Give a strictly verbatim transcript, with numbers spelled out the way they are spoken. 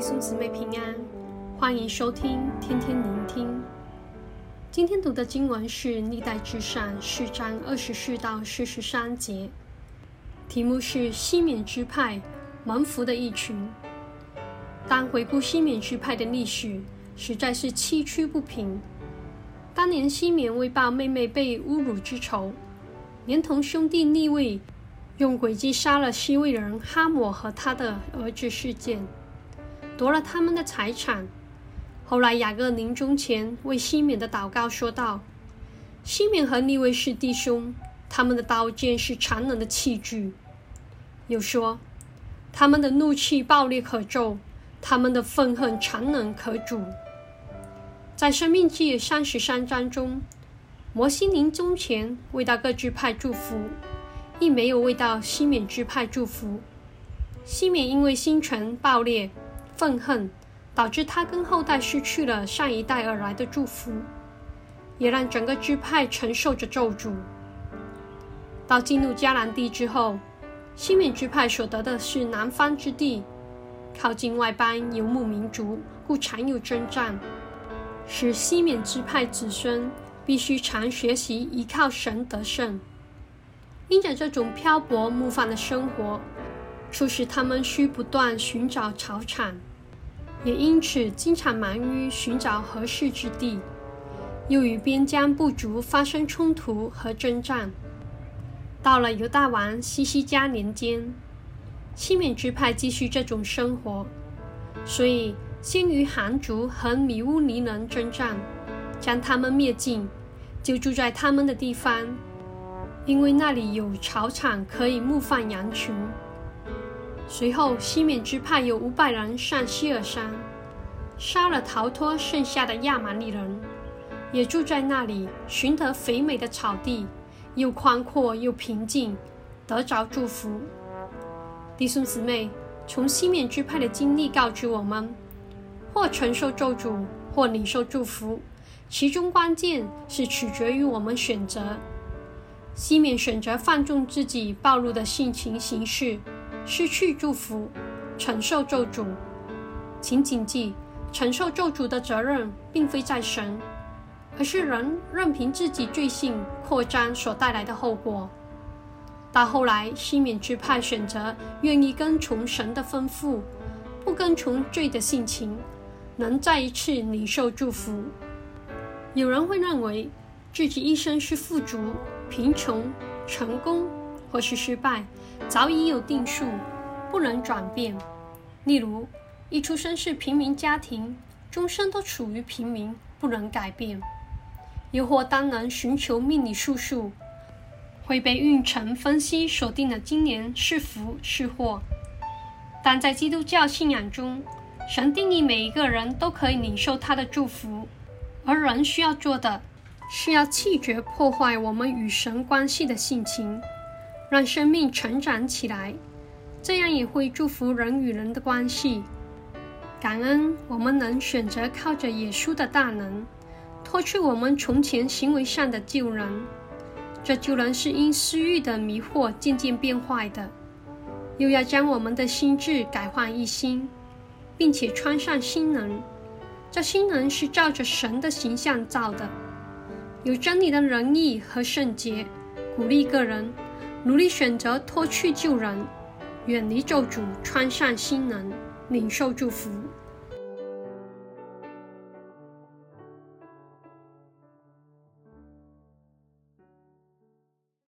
兄姊妹平安，欢迎收听天天聆听。今天读的经文是历代志上四章二十四到四十三节，题目是西缅支派蒙福的一群。当回顾西缅支派的历史，实在是崎岖不平。当年西缅为报妹妹被侮辱之仇，连同兄弟利未用诡计杀了西魏人哈抹和他的儿子事件，夺了他们的财产。后来雅各临终前为西缅的祷告说道：西缅和利未是弟兄，他们的刀剑是残忍的器具。又说他们的怒气暴烈可咒，他们的愤恨残忍可辱。在申命记三十三章中，摩西临终前为到各支派祝福，亦没有为到西缅支派祝福。西缅因为心存暴烈愤恨，导致他跟后代失去了上一代而来的祝福，也让整个支派承受着咒诅。到进入迦南地之后，西缅支派所得的是南方之地，靠近外邦游牧民族，故常有征战，使西缅支派子孙必须常学习依靠神得胜。因着这种漂泊牧放的生活，促使他们需不断寻找草场，也因此经常忙于寻找合适之地，又与边疆部族发生冲突和征战。到了犹大王西西家年间，西缅支派继续这种生活，所以先与韩族和米乌尼人征战，将他们灭尽，就住在他们的地方，因为那里有草场可以牧放羊群。随后西缅支派有五百人上希尔山，杀了逃脱剩下的亚玛力人，也住在那里，寻得肥美的草地，又宽阔又平静，得着祝福。弟兄姊妹，从西缅支派的经历告知我们，或承受咒诅，或领受祝福，其中关键是取决于我们选择。西缅选择放纵自己暴露的性情行事，失去祝福，承受咒诅。请谨记，承受咒诅的责任并非在神，而是人任凭自己罪性扩张所带来的后果。到后来，西缅支派选择愿意跟从神的吩咐，不跟从罪的性情，能再一次领受祝福。有人会认为自己一生是富足、贫穷、成功或是失败，早已有定数，不能转变。例如，一出生是平民家庭，终身都处于平民，不能改变。又或当人寻求命理术数，会被运程分析锁定了今年是福是祸。但在基督教信仰中，神定义每一个人都可以领受他的祝福，而人需要做的是要弃绝破坏我们与神关系的性情，让生命成长起来，这样也会祝福人与人的关系。感恩我们能选择靠着耶稣的大能，脱去我们从前行为上的旧人。这旧人是因私欲的迷惑渐渐变坏的，又要将我们的心志改换一新，并且穿上新人。这新人是照着神的形象造的，有真理的仁义和圣洁，鼓励个人努力选择脱去旧人，远离咒诅，穿上新人，领受祝福。